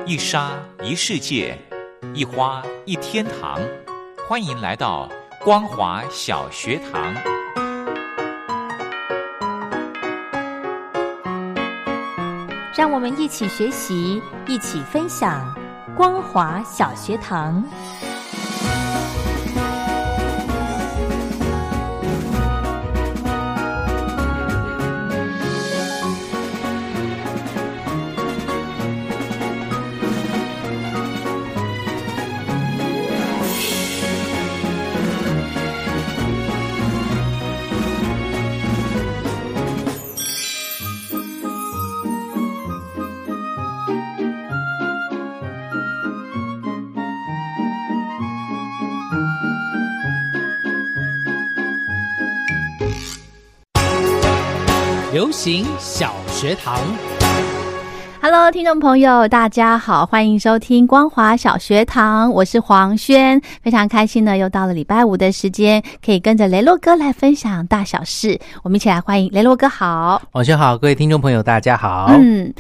一沙一世界，一花一天堂。欢迎来到光华小学堂。 让我们一起学习，一起分享光华小学堂。 流行小学堂。 Hello， 听众朋友，大家好，欢迎收听光华小学堂，我是黄轩，非常开心呢，又到了礼拜五的时间，可以跟着雷洛哥来分享大小事。我们一起来欢迎雷洛哥好。 黄轩好，各位听众朋友大家好。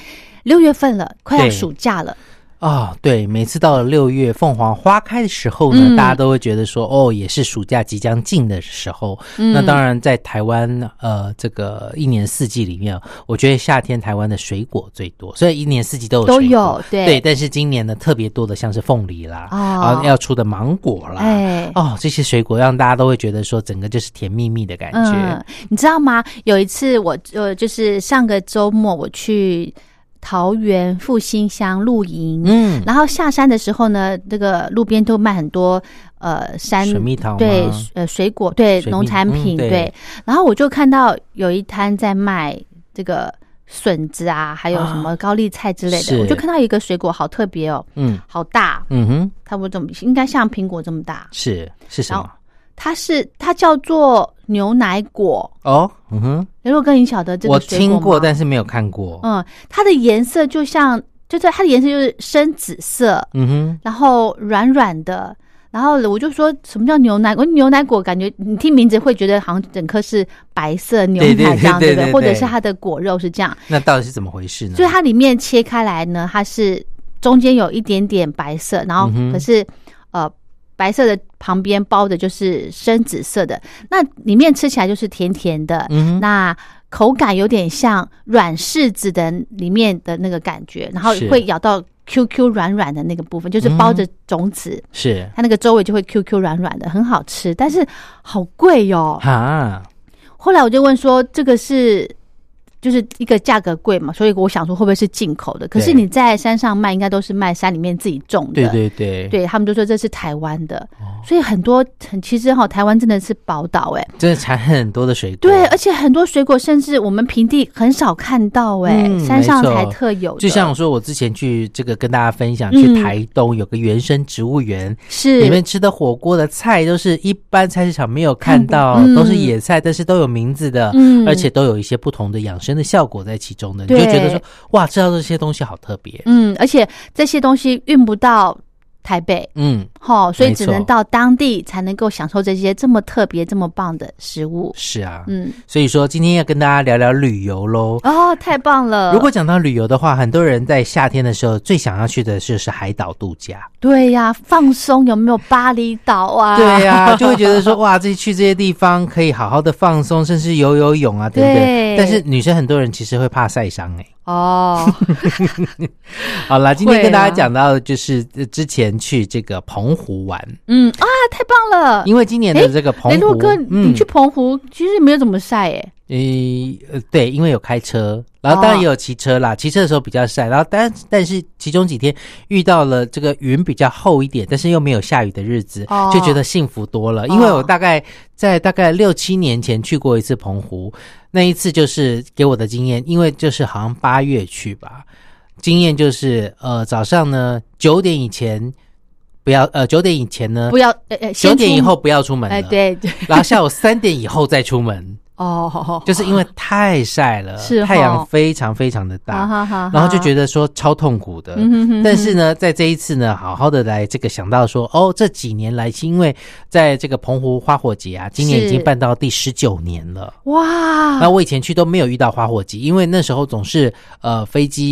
6月份了，快要暑假了。 对，每次到了6月凤凰花开的时候呢，大家都会觉得说也是暑假即将近的时候。那当然在台湾这个一年四季里面，我觉得夏天台湾的水果最多，所以一年四季都有水果。对，但是今年呢特别多的像是凤梨啦，要出的芒果啦，这些水果让大家都会觉得说整个就是甜蜜蜜的感觉。 你知道吗？有一次我就是上个周末我去桃园复兴乡露营，然后下山的时候呢，这个路边都卖很多山水蜜桃， 对，水果，对，农产品，对。然后我就看到有一摊在卖这个笋子啊，还有什么高丽菜之类的，我就看到一个水果好特别哦，好大，差不多这么，应该像苹果这么大， 是什么？ 它叫做牛奶果雷洛哥，你晓得这个水果吗？ 我听过，但是没有看过。 它的颜色就是它的颜色就是深紫色，然后软软的。然后我就说什么叫牛奶果？牛奶果感觉你听名字会觉得好像整颗是白色牛奶这样，对不对？或者是它的果肉是这样。 那到底是怎么回事呢？ 所以它里面切开来呢，它是中间有一点点白色，然后可是白色的旁边包的就是深紫色的，那里面吃起来就是甜甜的，那口感有点像软柿子的里面的那个感觉，然后会咬到 QQ 软软的那个部分，就是包着种子，是它那个周围就会 QQ 软软的，很好吃，但是好贵哟。后来我就问说，这个是就是一个价格贵嘛，所以我想说会不会是进口的？可是你在山上卖，应该都是卖山里面自己种的。对，他们就说这是台湾的，所以其实台湾真的是宝岛真的产很多的水果。 对，而且很多水果甚至我们平地很少看到山上才特有的。 就像我说，我之前去这个跟大家分享，去台东有个原生植物园， 是里面吃的火锅的菜都是一般菜市场没有看到，都是野菜，但是都有名字的，而且都有一些不同的养生的效果在其中的，你就觉得说哇，知道这些东西好特别。 而且这些东西运不到台北，所以只能到当地才能够享受这些这么特别这么棒的食物。 是啊，所以说今天要跟大家聊聊旅游咯。 太棒了。 如果讲到旅游的话，很多人在夏天的时候最想要去的就是海岛度假。 对呀，放松，有没有巴厘岛啊？ 对呀，就会觉得说哇，去这些地方可以好好的放松，甚至游泳啊等等。但是女生很多人其实会怕晒伤好啦，今天跟大家讲到就是之前去这个澎湖玩。 太棒了。因为今年的这个澎湖， 陆哥，你去澎湖其实没有怎么晒对，因为有开车，然后当然也有骑车啦，骑车的时候比较晒，然后但是其中几天遇到了这个云比较厚一点，但是又没有下雨的日子，就觉得幸福多了。因为我大概6-7年前去过一次澎湖，那一次就是给我的经验，因为就是好像8月去吧，经验就是早上呢9点以前不要9点以前呢不要9点以后不要出门了， 对， 然后下午3点以后再出门。就是因为太晒了，太阳非常非常的大，然后就觉得说超痛苦的。但是呢，在这一次呢，好好的来这个想到说，这几年来是因为在这个澎湖花火节啊，今年已经办到第19年了。哇！那我以前去都没有遇到花火节，因为那时候总是飞机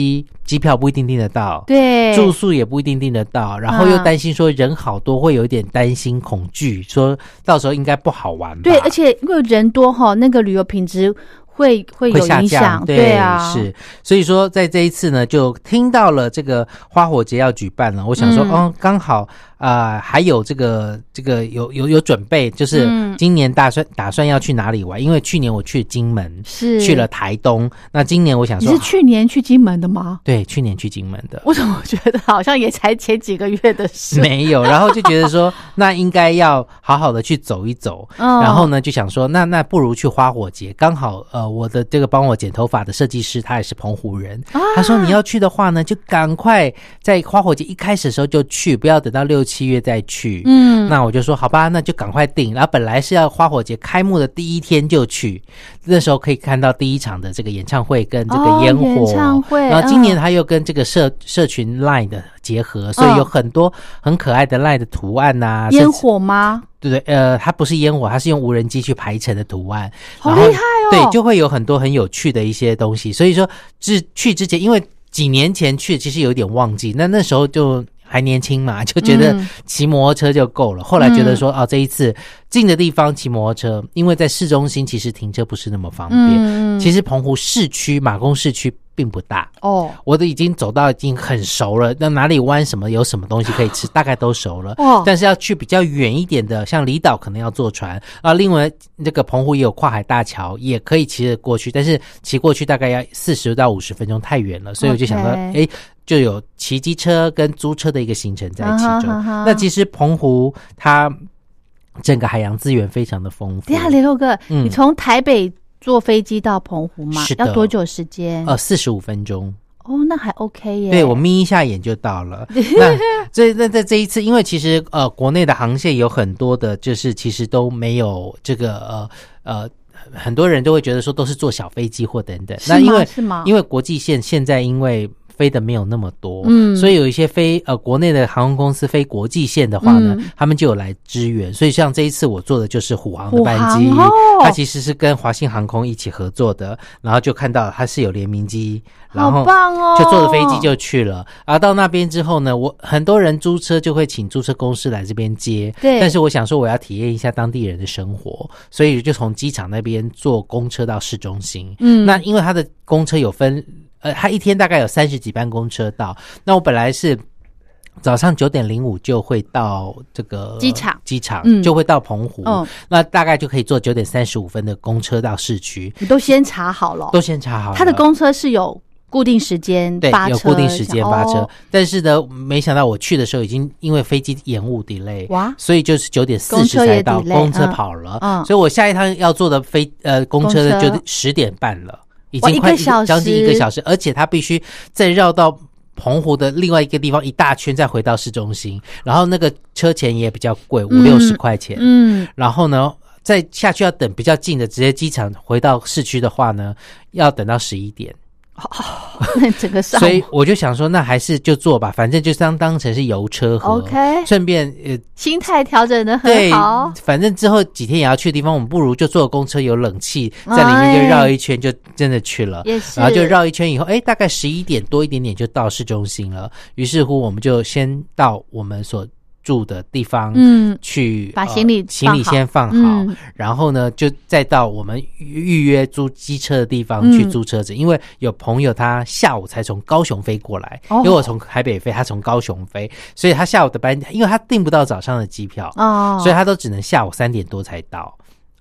机票不一定订得到， 对， 住宿也不一定订得到，然后又担心说人好多，会有一点担心恐惧，说到时候应该不好玩吧。 对，而且因为人多那个旅游品质会有影响，对啊， 是，所以说在这一次呢，就听到了这个花火节要举办了，我想说，刚好还有这个有准备，就是今年打算要去哪里玩？因为去年我去金门， 是去了台东，那今年我想说， 你是去年去金门的吗？ 对，去年去金门的。 我怎么觉得好像也才前几个月的事？ 没有，然后就觉得说，那应该要好好的去走一走，然后呢就想说，那不如去花火节，刚好我的这个帮我剪头发的设计师他也是澎湖人，他说你要去的话呢，就赶快在花火节一开始的时候就去，不要等到6、7月再去。那我就说好吧，那就赶快订。然后本来是要花火节开幕的第一天就去，那时候可以看到第一场的这个演唱会跟这个烟火， 演唱会。 然后今年他又跟这个社群 LINE 的结合，所以有很多很可爱的 LINE 的图案啊。 烟火吗？ 对，它不是烟火，它是用无人机去排成的图案， 好厉害哦！ 对，就会有很多很有趣的一些东西。所以说，去之前，因为几年前去，其实有点忘记，那时候就还年轻嘛，就觉得骑摩托车就够了。后来觉得说，这一次近的地方骑摩托车，因为在市中心其实停车不是那么方便。其实澎湖市区、马公市区并不大我都已经走到已经很熟了，那哪里湾什么有什么东西可以吃大概都熟了但是要去比较远一点的，像离岛可能要坐船另外这个澎湖也有跨海大桥，也可以骑得过去，但是骑过去大概要40到50分钟，太远了，所以我就想说就有骑机车跟租车的一个行程在其中那其实澎湖它整个海洋资源非常的丰富。 等一下，联络哥你从台北坐飞机到澎湖吗？ 是的。 要多久时间 ？45分钟。 那还 OK 耶。 对，我眯一下眼就到了。那在这一次，因为其实国内的航线有很多的，就是其实都没有这个很多人都会觉得说都是坐小飞机或等等。那因为国际线现在因为飞的没有那么多所以有一些国内的航空公司飞国际线的话呢他们就有来支援，所以像这一次我坐的就是虎航的班机它其实是跟华信航空一起合作的，然后就看到它是有联名机，然后就坐着飞机就去了到那边之后呢，很多人租车就会请租车公司来这边接， 对， 但是我想说我要体验一下当地人的生活，所以就从机场那边坐公车到市中心那因为它的公车有分他一天大概有30几班公车到，那我本来是早上9:05就会到这个机场就会到澎湖那大概就可以坐9:35的公车到市区。 你都先查好了？ 都先查好了。 他的公车是有固定时间发车， 对，有固定时间发车但是呢没想到我去的时候已经因为飞机延误 delay 所以就是9:40才到，公车跑了所以我下一趟要坐的公车就10点半了，已经快将近1个小时，而且他必须再绕到澎湖的另外一个地方一大圈再回到市中心，然后那个车钱也比较贵，50-60块钱然后呢再下去要等比较近的直接机场回到市区的话呢要等到11点那整个上午， 所以我就想说那还是就坐吧，反正就当成是游车河 OK， 顺便心态调整得很好， 对，反正之后几天也要去的地方我们不如就坐公车有冷气在里面就绕一圈就真的去了也是， 然后就绕一圈以后大概11点多一点点就到市中心了，于是乎我们就先到我们所住的地方去把行李先放好然后呢就再到我们预约租机车的地方去租车子因为有朋友他下午才从高雄飞过来因为我从台北飞他从高雄飞，所以他下午的班因为他订不到早上的机票所以他都只能下午3点多才到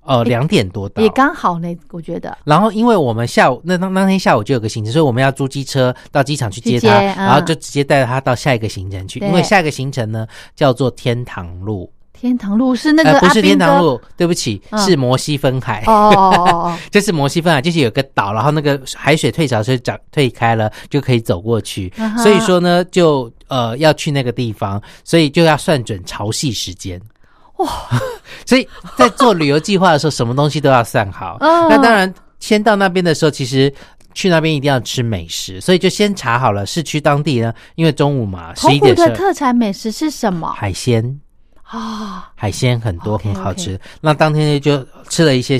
2点多到， 也刚好呢我觉得。 然后因为我们下午当天下午就有个行程，所以我们要租机车到机场去接他然后就直接带他到下一个行程去因为下一个行程呢叫做天堂路。 天堂路是那个不是天堂路对不起是摩西分海就是摩西分海就是有个岛，然后那个海水退潮所以退开了就可以走过去所以说呢就要去那个地方，所以就要算准潮汐时间所以在做旅游计划的时候什么东西都要算好那当然先到那边的时候其实去那边一定要吃美食，所以就先查好了市区当地呢因为中午嘛11点澎湖的特产美食是什么？ 海鲜海鲜很多很好吃那当天就吃了一些像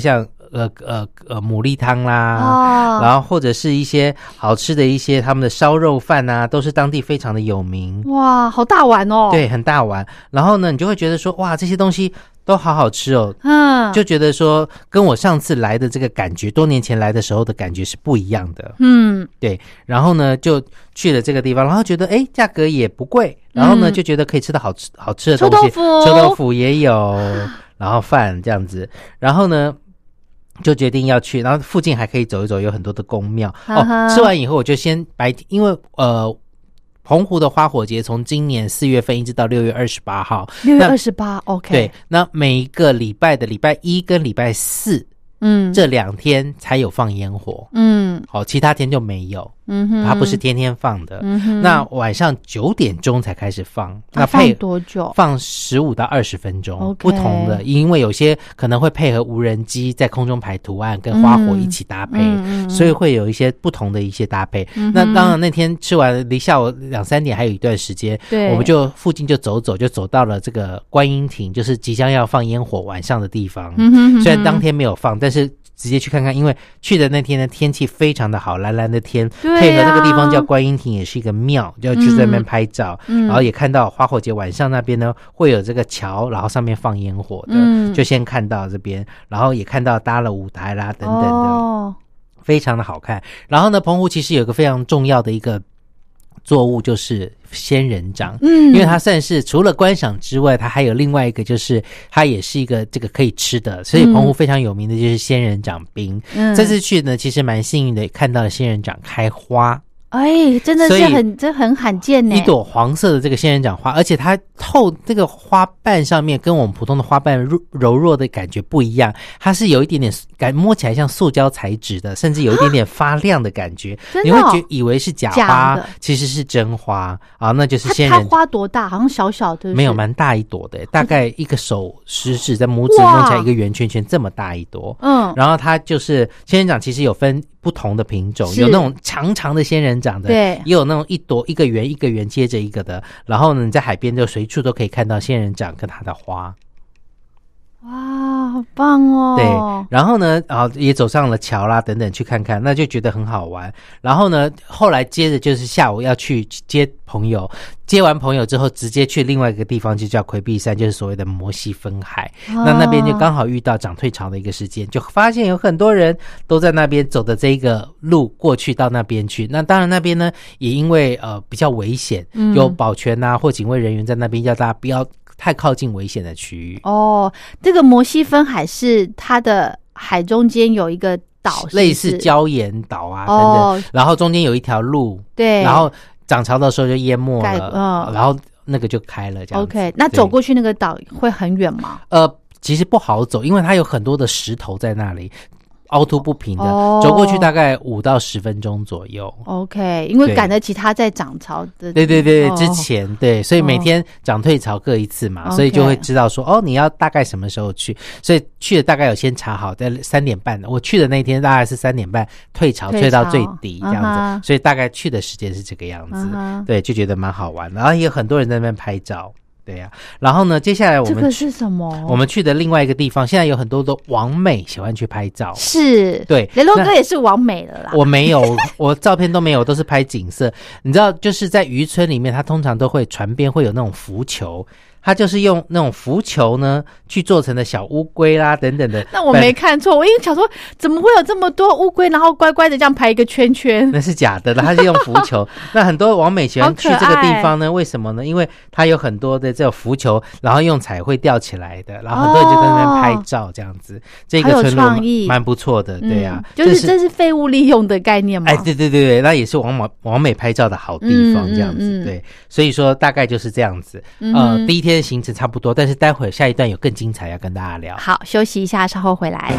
牡蛎汤啦，然后或者是一些好吃的一些他们的烧肉饭啊，都是当地非常的有名。 哇，好大碗哦！ 对，很大碗。然后呢，你就会觉得说，哇，这些东西都好好吃哦。就觉得说跟我上次来的这个感觉，多年前来的时候的感觉是不一样的。对。然后呢，就去了这个地方，然后觉得价格也不贵，然后呢就觉得可以吃到好吃的东西，臭豆腐也有，然后饭这样子，然后呢就决定要去，然后附近还可以走一走，有很多的宫庙。吃完以后我就先因为澎湖的花火节从今年4月份一直到6月28号。 6月28 OK。 对，那每一个礼拜的礼拜1跟礼拜4，这2天才有放烟火。其他天就没有。它不是天天放的。那晚上9点钟才开始放。那放多久？ 放15到20分钟。不同的，因为有些可能会配合无人机在空中排图案跟花火一起搭配，所以会有一些不同的一些搭配。那当然那天吃完离下午2、3点还有一段时间，我们就附近就走到了这个观音亭，就是即将要放烟火晚上的地方。虽然当天没有放，但是直接去看看，因为去的那天呢天气非常的好，蓝蓝的天，配合这个地方叫观音亭，也是一个庙，就在那边拍照。然后也看到花火节晚上那边呢会有这个桥，然后上面放烟火的，就先看到这边，然后也看到搭了舞台啦等等的，非常的好看。然后呢，澎湖其实有一个非常重要的一个作物，就是仙人掌。因为它算是除了观赏之外，它还有另外一个，就是它也是一个这个可以吃的，所以澎湖非常有名的就是仙人掌冰。这次去呢其实蛮幸运的，看到了仙人掌开花。 真的是很罕见呢。 一朵黄色的这个仙人掌花，而且它这个花瓣上面跟我们普通的花瓣柔弱的感觉不一样，它是有一点点摸起来像塑胶材质的，甚至有一点点发亮的感觉。你会以为是假花，其实是真花啊，那就是仙人掌。 它花多大？好像小小的。 没有，蛮大一朵的，大概一个手食指在拇指弄起来一个圆圈圈这么大一朵。然后它就是仙人掌，其实有分不同的品种，有那种长长的仙人掌的，对，也有那种一朵一个圆一个圆接着一个的。然后呢，你在海边就随处都可以看到仙人掌跟它的花。 哇，好棒哦！ 对，然后呢，也走上了桥啦等等去看看，那就觉得很好玩。然后呢，后来接着就是下午要去接朋友，接完朋友之后直接去另外一个地方，就叫魁壁山，就是所谓的摩西分海。那边就刚好遇到涨退潮的一个时间，就发现有很多人都在那边走的这个路过去到那边去。那当然那边呢也因为比较危险，有保全啊或警卫人员在那边，要大家不要太靠近危险的区域。 这个摩西分海是它的海中间有一个岛， 类似礁岩岛啊等等，然后中间有一条路， 对， 然后涨潮的时候就淹没了，然后那个就开了这样子。 OK， 那走过去那个岛会很远吗？ 其实不好走，因为它有很多的石头在那里，凹凸不平的，走过去大概5到10分钟左右。 OK， 因为赶得及它在涨潮的， 对之前，对，所以每天涨退潮各一次嘛，所以就会知道说你要大概什么时候去，所以去的大概有先查好，在3点半，我去的那天大概是3点半退潮，退到最低这样子，所以大概去的时间是这个样子。对，就觉得蛮好玩，然后也有很多人在那边拍照。对呀，然后呢，接下来我们这个是什么？ 我们去的另外一个地方，现在有很多的网美喜欢去拍照。 是， 对， 雷洛哥也是网美了啦。 我没有，我照片都没有，都是拍景色。你知道，就是在渔村里面，它通常都会船边会有那种浮球。它就是用那种浮球呢去做成的小乌龟啦等等的。 那我没看错，我因为想说怎么会有这么多乌龟，然后乖乖的这样排一个圈圈？ 那是假的，它是用浮球。那很多网美喜欢去这个地方呢，为什么呢？因为它有很多的这种浮球，然后用彩绘吊起来的，然后很多人就在那边拍照这样子。这个村落蛮不错的，对啊， 就是这是废物利用的概念吗？ 对，那也是网美拍照的好地方，这样子。对，所以说大概就是这样子。第一天行程差不多，但是待会下一段有更精彩要跟大家聊。 好，休息一下，稍后回来。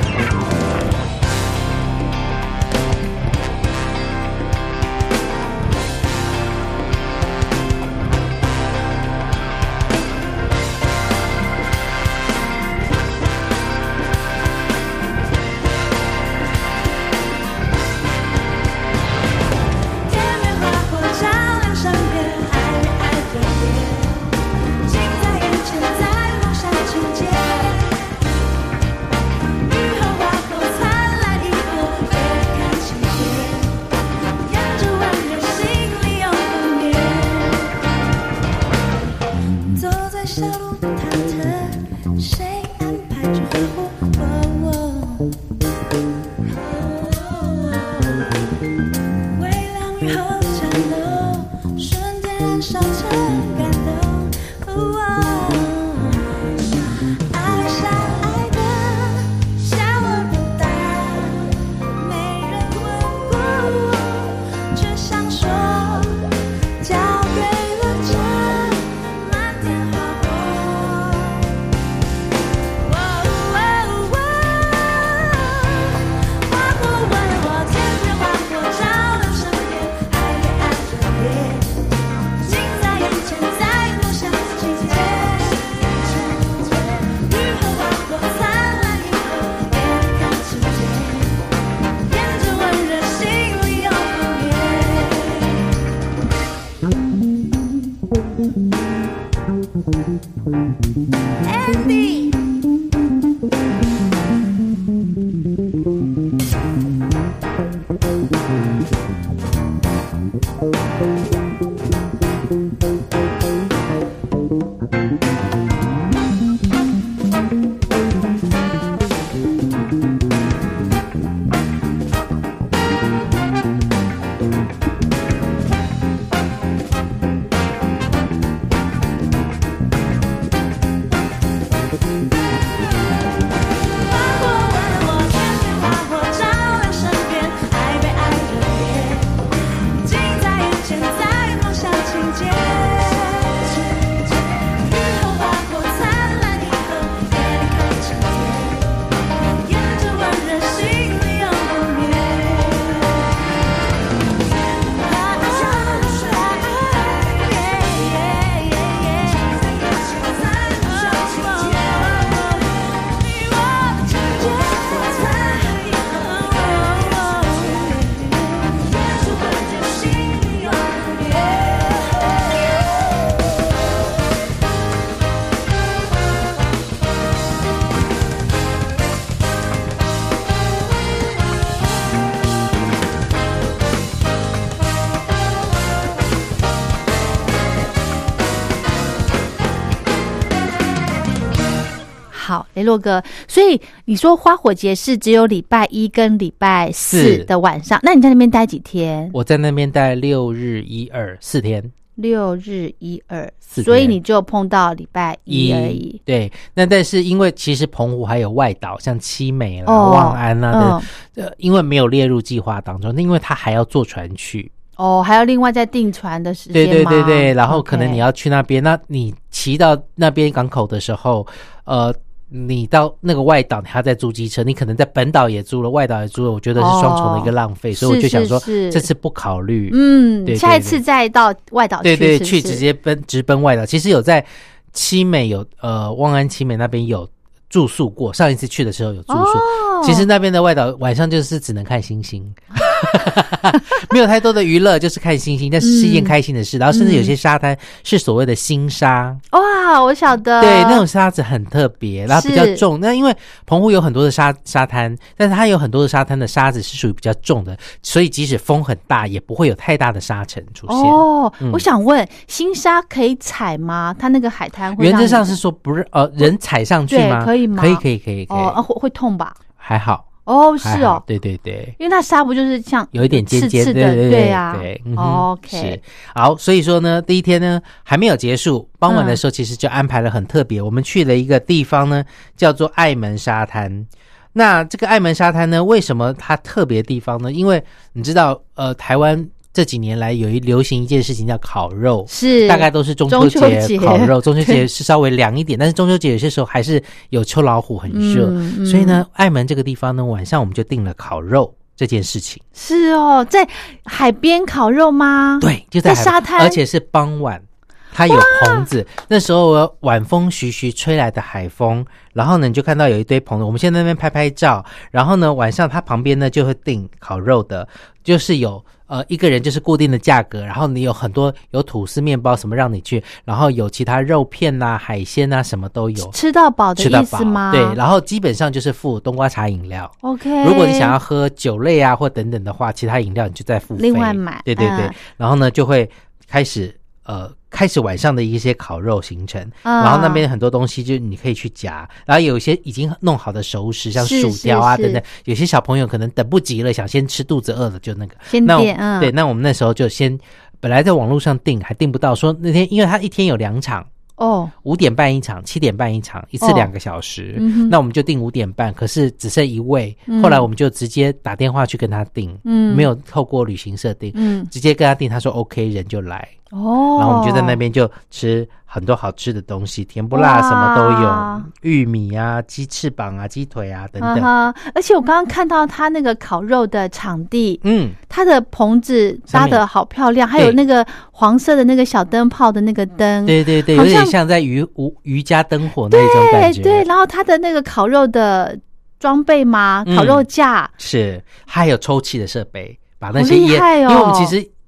好，雷洛哥，所以你说花火节是只有礼拜一跟礼拜四的晚上，那你在那边待几天？ 我在那边待6日1、2 4天。 6日1、2，所以你就碰到礼拜一而已。 对，那但是因为其实澎湖还有外岛，像七美啦、望安啦的，因为没有列入计划当中，因为他还要坐船去。 还要另外再订船的时间吗？ 对，然后可能你要去那边，那你骑到那边港口的时候，你到那个外岛，你还要再租机车，你可能在本岛也租了，外岛也租了，我觉得是双重的一个浪费，所以我就想说，这次不考虑。 对，下一次再到外岛去， 对，去直接直奔外岛。其实有在七美有望安七美那边有住宿过，上一次去的时候有住宿。其实那边的外岛晚上就是只能看星星，没有太多的娱乐，就是看星星，但是是一件开心的事。然后甚至有些沙滩是所谓的星沙， 哇，我晓得， 对，那种沙子很特别，然后比较重。那因为澎湖有很多的沙滩，但是它有很多的沙滩的沙子是属于比较重的，所以即使风很大，也不会有太大的沙尘出现。 我想问，星沙可以踩吗？它那个海滩会原则上是说不是人踩上去吗？ 可以吗？ 可以。 会痛吧？ 还好。 是哦， 对， 因为那沙不就是像有一点尖尖的，对啊， 对 ，OK， 是好，所以说呢，第一天呢还没有结束，傍晚的时候其实就安排了很特别，我们去了一个地方呢，叫做爱门沙滩。那这个爱门沙滩呢，为什么它特别的地方呢？因为你知道，台湾这几年来流行一件事情叫烤肉， 是大概都是中秋节烤肉。中秋节是稍微凉一点，但是中秋节有些时候还是有秋老虎，很热。所以呢，爱门这个地方呢，晚上我们就定了烤肉这件事情。 是哦，在海边烤肉吗？ 对，就在沙滩， 而且是傍晚。它有棚子，那时候晚风徐徐吹来的海风，然后呢你就看到有一堆棚子，我们先在那边拍照，然后呢晚上它旁边呢就会订烤肉的，就是有一个人就是固定的价格，然后你有很多有吐司面包什么让你去，然后有其他肉片啊海鲜啊什么都有， 吃到饱的意思吗？ 对，然后基本上就是付冬瓜茶饮料。 OK， 如果你想要喝酒类啊或等等的话，其他饮料你就再付费另外买。 对，然后呢就会开始晚上的一些烤肉行程，然后那边很多东西就你可以去夹，然后有一些已经弄好的熟食，像薯条啊等等，有些小朋友可能等不及了，想先吃，肚子饿了就那个先点。 对，那我们那时候就先本来在网络上订还订不到，说那天因为他一天有2场，5点半一场，7点半一场，一次2个小时，那我们就订5点半，可是只剩1位，后来我们就直接打电话去跟他订，没有透过旅行社订，直接跟他订，他说 OK， 人就来。然后我们就在那边就吃很多好吃的东西，甜不辣什么都有，玉米啊、鸡翅膀啊、鸡腿啊等等。 而且我刚刚看到他那个烤肉的场地，他的棚子搭得好漂亮，还有那个黄色的那个小灯泡的那个灯， 对，有点像在渔家灯火那种感觉。 对，然后他的那个烤肉的装备吗？烤肉架是，还有抽气的设备，把那些烟， 因为我们其实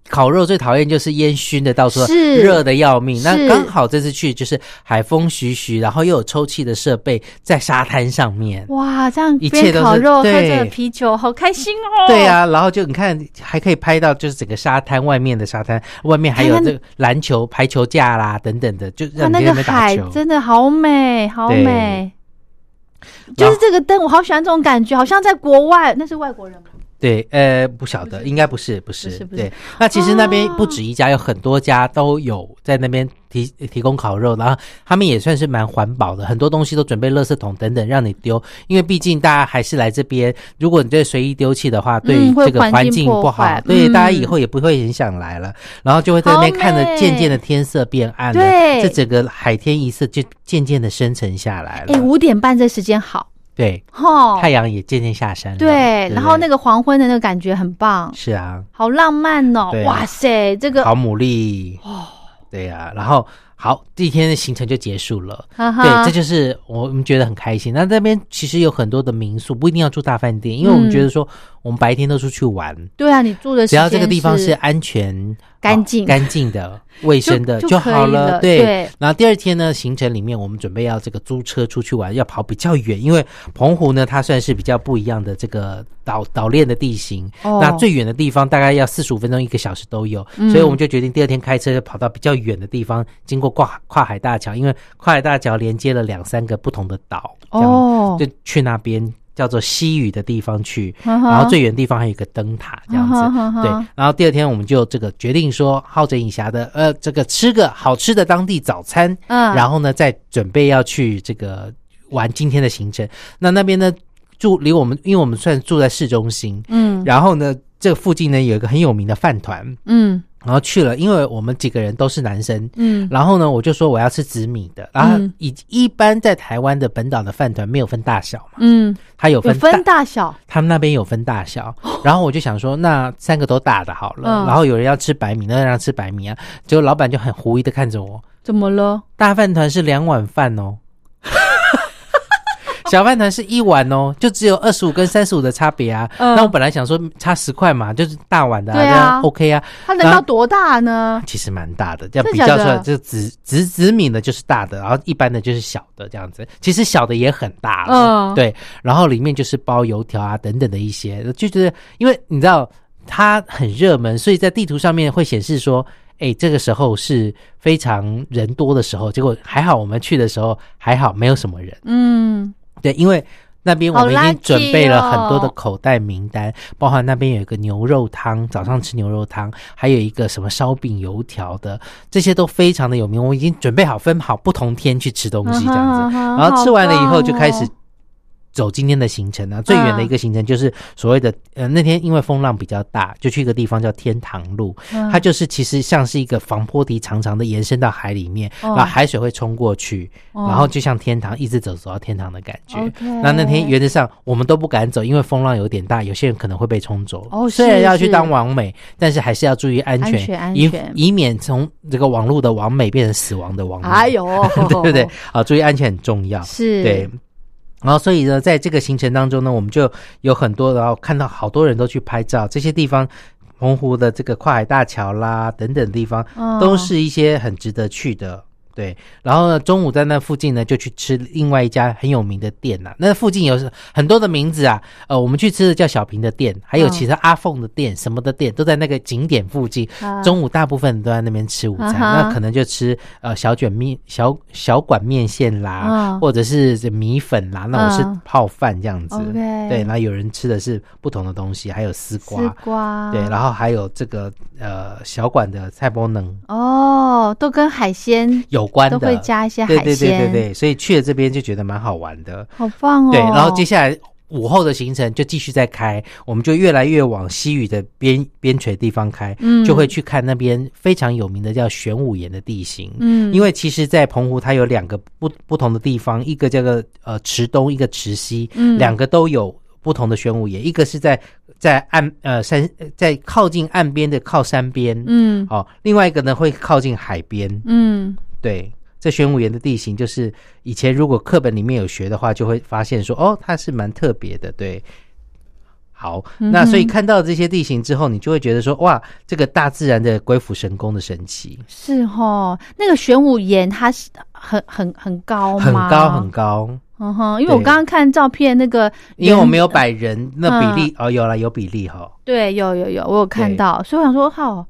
烤肉最讨厌就是烟熏的，到处热的要命。那刚好这次去就是海风徐徐，然后又有抽气的设备在沙滩上面。 哇，这样边烤肉喝着啤酒，好开心哦！ 对啊，然后就你看还可以拍到就是整个沙滩外面的沙滩，外面还有这个篮球、排球架啦等等的，就让你在那边打球。 那个海真的好美，好美。就是这个灯，我好喜欢这种感觉，好像在国外。那是外国人吗？ 对，不晓得，应该不是。对，那其实那边不止一家，有很多家都有在那边提供烤肉，然后他们也算是蛮环保的，很多东西都准备垃圾桶等等让你丢，因为毕竟大家还是来这边，如果你这随意丢弃的话，对这个环境不好，对大家以后也不会很想来了，然后就会在那边看着渐渐的天色变暗了，对，这整个海天一色就渐渐的深沉下来了。 5点半这时间好。 对，太阳也渐渐下山了。 对，然后那个黄昏的那个感觉很棒。 是啊， 好浪漫哦！哇塞，这个好牡蛎哦。对啊，然后好，第一天的行程就结束了。对，这就是我们觉得很开心。那这边其实有很多的民宿，不一定要住大饭店，因为我们觉得说我们白天都出去玩。 对啊，你住的时间只要这个地方是安全、 干净的、卫生的就好了。对。然后第二天呢，行程里面我们准备要这个租车出去玩，要跑比较远，因为澎湖呢它算是比较不一样的这个岛链的地形。那最远的地方大概要45分钟1个小时都有，所以我们就决定第二天开车就跑到比较远的地方，经过跨海大桥，因为跨海大桥连接了2-3个不同的岛，这样就去那边叫做西屿的地方去，然后最远的地方还有一个灯塔这样子。对，然后第二天我们就这个决定说，好整以暇的这个吃个好吃的当地早餐，然后呢再准备要去这个玩今天的行程。那边呢离我们，因为我们算住在市中心，然后呢这个附近呢有一个很有名的饭团，然后去了，因为我们几个人都是男生，然后呢我就说我要吃紫米的，然后一般在台湾的本岛的饭团没有分大小嘛，它有分大小， 他们那边有分大小，然后我就想说那3个都大的好了，然后有人要吃白米，那让他吃白米啊，结果老板就很狐疑的看着我， 怎么了？ 大饭团是2碗饭哦。小饭团是1碗哦，就只有25跟35的差别啊。那我本来想说差10块嘛，就是大碗的，这样 OK 啊。 它能到多大呢？ 其实蛮大的，这样比较出来，就紫米的就是大的，然后一般的就是小的这样子。其实小的也很大了，对。然后里面就是包油条啊等等的一些，就觉得因为你知道它很热门，所以在地图上面会显示说，这个时候是非常人多的时候。结果还好，我们去的时候还好没有什么人。对，因为那边我们已经准备了很多的口袋名单，包含那边有一个牛肉汤，早上吃牛肉汤，还有一个什么烧饼油条的，这些都非常的有名。我已经准备好分好不同天去吃东西这样子，然后吃完了以后就开始走今天的行程啊。最远的一个行程就是所谓的那天因为风浪比较大，就去一个地方叫天堂路，它就是其实像是一个防波堤长长的延伸到海里面，然后海水会冲过去，然后就像天堂一直走到天堂的感觉。那天原则上我们都不敢走，因为风浪有点大，有些人可能会被冲走。虽然要去当网美，但是还是要注意安全，以免从这个网络的网美变成死亡的网美。 哎呦， 对不对？注意安全很重要。 是， 对。然后所以呢在这个行程当中呢，我们就有很多，然后看到好多人都去拍照，这些地方澎湖的这个跨海大桥啦等等地方都是一些很值得去的。对，然后呢中午在那附近呢就去吃另外一家很有名的店啊，那附近有很多的名字啊，我们去吃的叫小平的店，还有其他阿凤的店什么的店都在那个景点附近，中午大部分都在那边吃午餐，那可能就吃小卷面小管面线啦，或者是米粉啦，那我是泡饭这样子。对，然后有人吃的是不同的东西，还有丝瓜，对，然后还有这个小管的菜包能都跟海鲜有关的， 都会加一些海鲜。 对，所以去了这边就觉得蛮好玩的， 好棒哦。 对，然后接下来午后的行程就继续再开，我们就越来越往西屿的边陲地方开，就会去看那边非常有名的叫玄武岩的地形。因为其实在澎湖它有2个不同的地方，一个叫做池东，一个池西，2个都有不同的玄武岩，一个是在在靠近岸边的靠山边，另外一个呢会靠近海边。对，这玄武岩的地形就是以前如果课本里面有学的话，就会发现说它是蛮特别的。对， 好，那所以看到这些地形之后，你就会觉得说，哇，这个大自然的鬼斧神工的神奇。 是齁，那个玄武岩它是很高吗？ 很高很高。 嗯哼，因为我刚刚看照片，那个因为我没有摆人那比例、有啦，有比例齁。对， 有，我有看到，所以我想说，好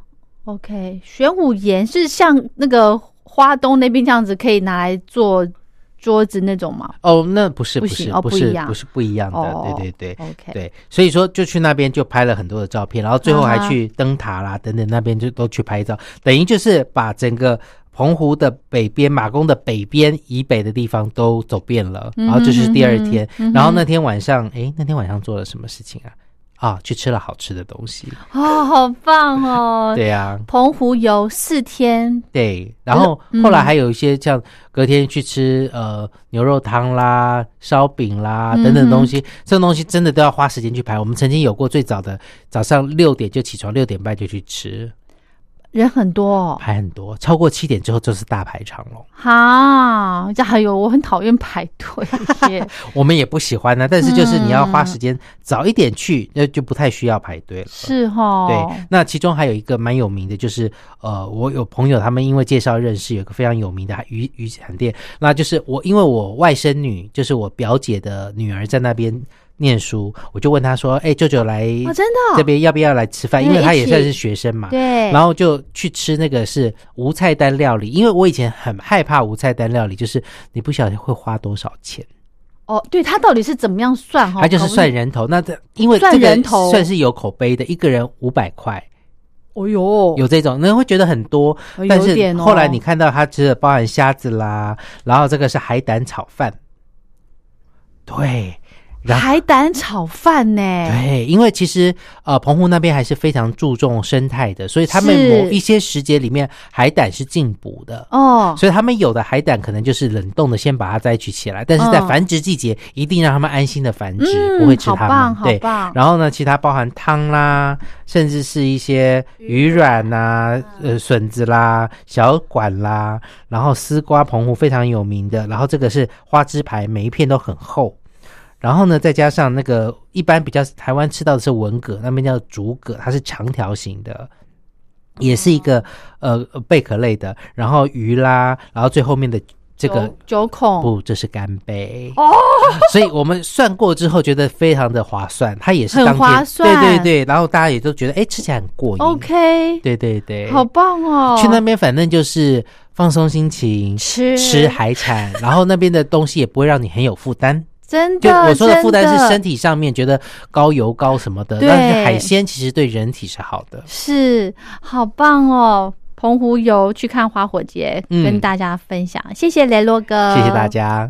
，OK， 玄武岩是像那个花东那边这样子可以拿来做桌子那种吗？ 那不是不一样的，对 ，OK， 对，所以说就去那边就拍了很多的照片，然后最后还去灯塔啦等等那边就都去拍照，等于就是把整个澎湖的北边马公的北边以北的地方都走遍了，然后这是第二天，然后那天晚上做了什么事情啊？去吃了好吃的东西好棒哦！ 对啊， 澎湖游4天， 对，然后后来还有一些像隔天去吃牛肉汤啦、烧饼啦等等东西，这种东西真的都要花时间去排。我们曾经有过最早的早上6点就起床，6点半就去吃。 人很多哦， 排很多，超过7点之后就是大排长龙。 加油！我很讨厌排队我们也不喜欢但是就是你要花时间早一点去，那就不太需要排队了。 是齁。 对，那其中还有一个蛮有名的，就是我有朋友他们因为介绍认识，有一个非常有名的渔产店，那就是因为我外甥女，就是我表姐的女儿在那边念书，我就问他说舅舅来真的这边要不要来吃饭，因为他也算是学生嘛。 对， 然后就去吃那个是无菜单料理，因为我以前很害怕无菜单料理，就是你不晓得会花多少钱。 对，他到底是怎么样算？ 他就是算人头，那因为这个算是有口碑的，一个人500块。有这种，那会觉得很多，但是后来你看到他吃的包含虾子啦，然后这个是海胆炒饭，对。 海胆炒饭呢？ 对，因为其实澎湖那边还是非常注重生态的，所以他们某一些时节里面海胆是禁捕的所以他们有的海胆可能就是冷冻的，先把它摘取起来，但是在繁殖季节一定让他们安心的繁殖，不会吃它们。对，然后呢，其他包含汤啦，甚至是一些鱼软啦、笋子啦、小管啦，然后丝瓜，澎湖非常有名的，然后这个是花枝排，每一片都很厚。然后呢，再加上那个一般比较台湾吃到的是文蛤，那边叫竹蛤，它是长条形的，也是一个贝壳类的。然后鱼啦，然后最后面的这个九孔不，这是干贝所以我们算过之后觉得非常的划算，它也是当天很划算， 对，然后大家也都觉得吃起来很过瘾。 OK， 对， 好棒哦！ 去那边反正就是放松心情，吃海产，然后那边的东西也不会让你很有负担。 真的， 就我说的负担是身体上面觉得高油高什么的，但是海鲜其实对人体是好的。 是，好棒哦！澎湖游去看花火节，跟大家分享。谢谢雷洛哥， 谢谢大家。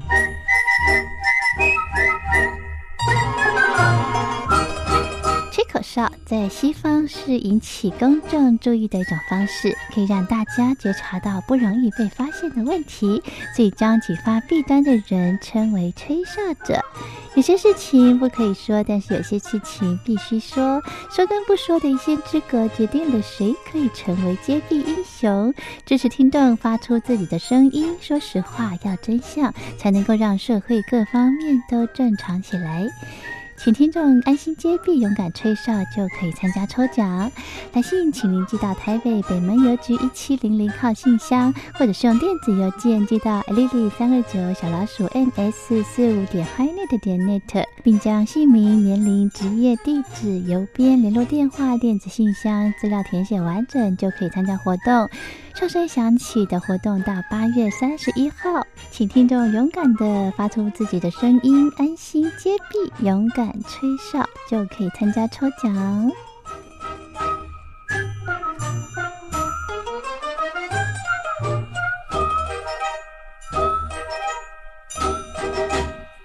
吹口哨在西方是引起公众注意的一种方式，可以让大家觉察到不容易被发现的问题，所以将激发弊端的人称为吹哨者。有些事情不可以说，但是有些事情必须说，说跟不说的一线之隔，决定了谁可以成为揭弊英雄。支持听众发出自己的声音，说实话，要真相，才能够让社会各方面都正常起来。请听众安心接币，勇敢吹哨就可以参加抽奖。来信请您寄到台北北门邮局1700号信箱，或者是用电子邮件寄到 lily329@ms45.highnet.net， 并将姓名、年龄、职业、地址、邮编、联络电话、电子信箱资料填写完整，就可以参加活动。哨声响起的活动到8月31号，请听众勇敢地发出自己的声音，安心接币，勇敢吹哨就可以参加抽奖。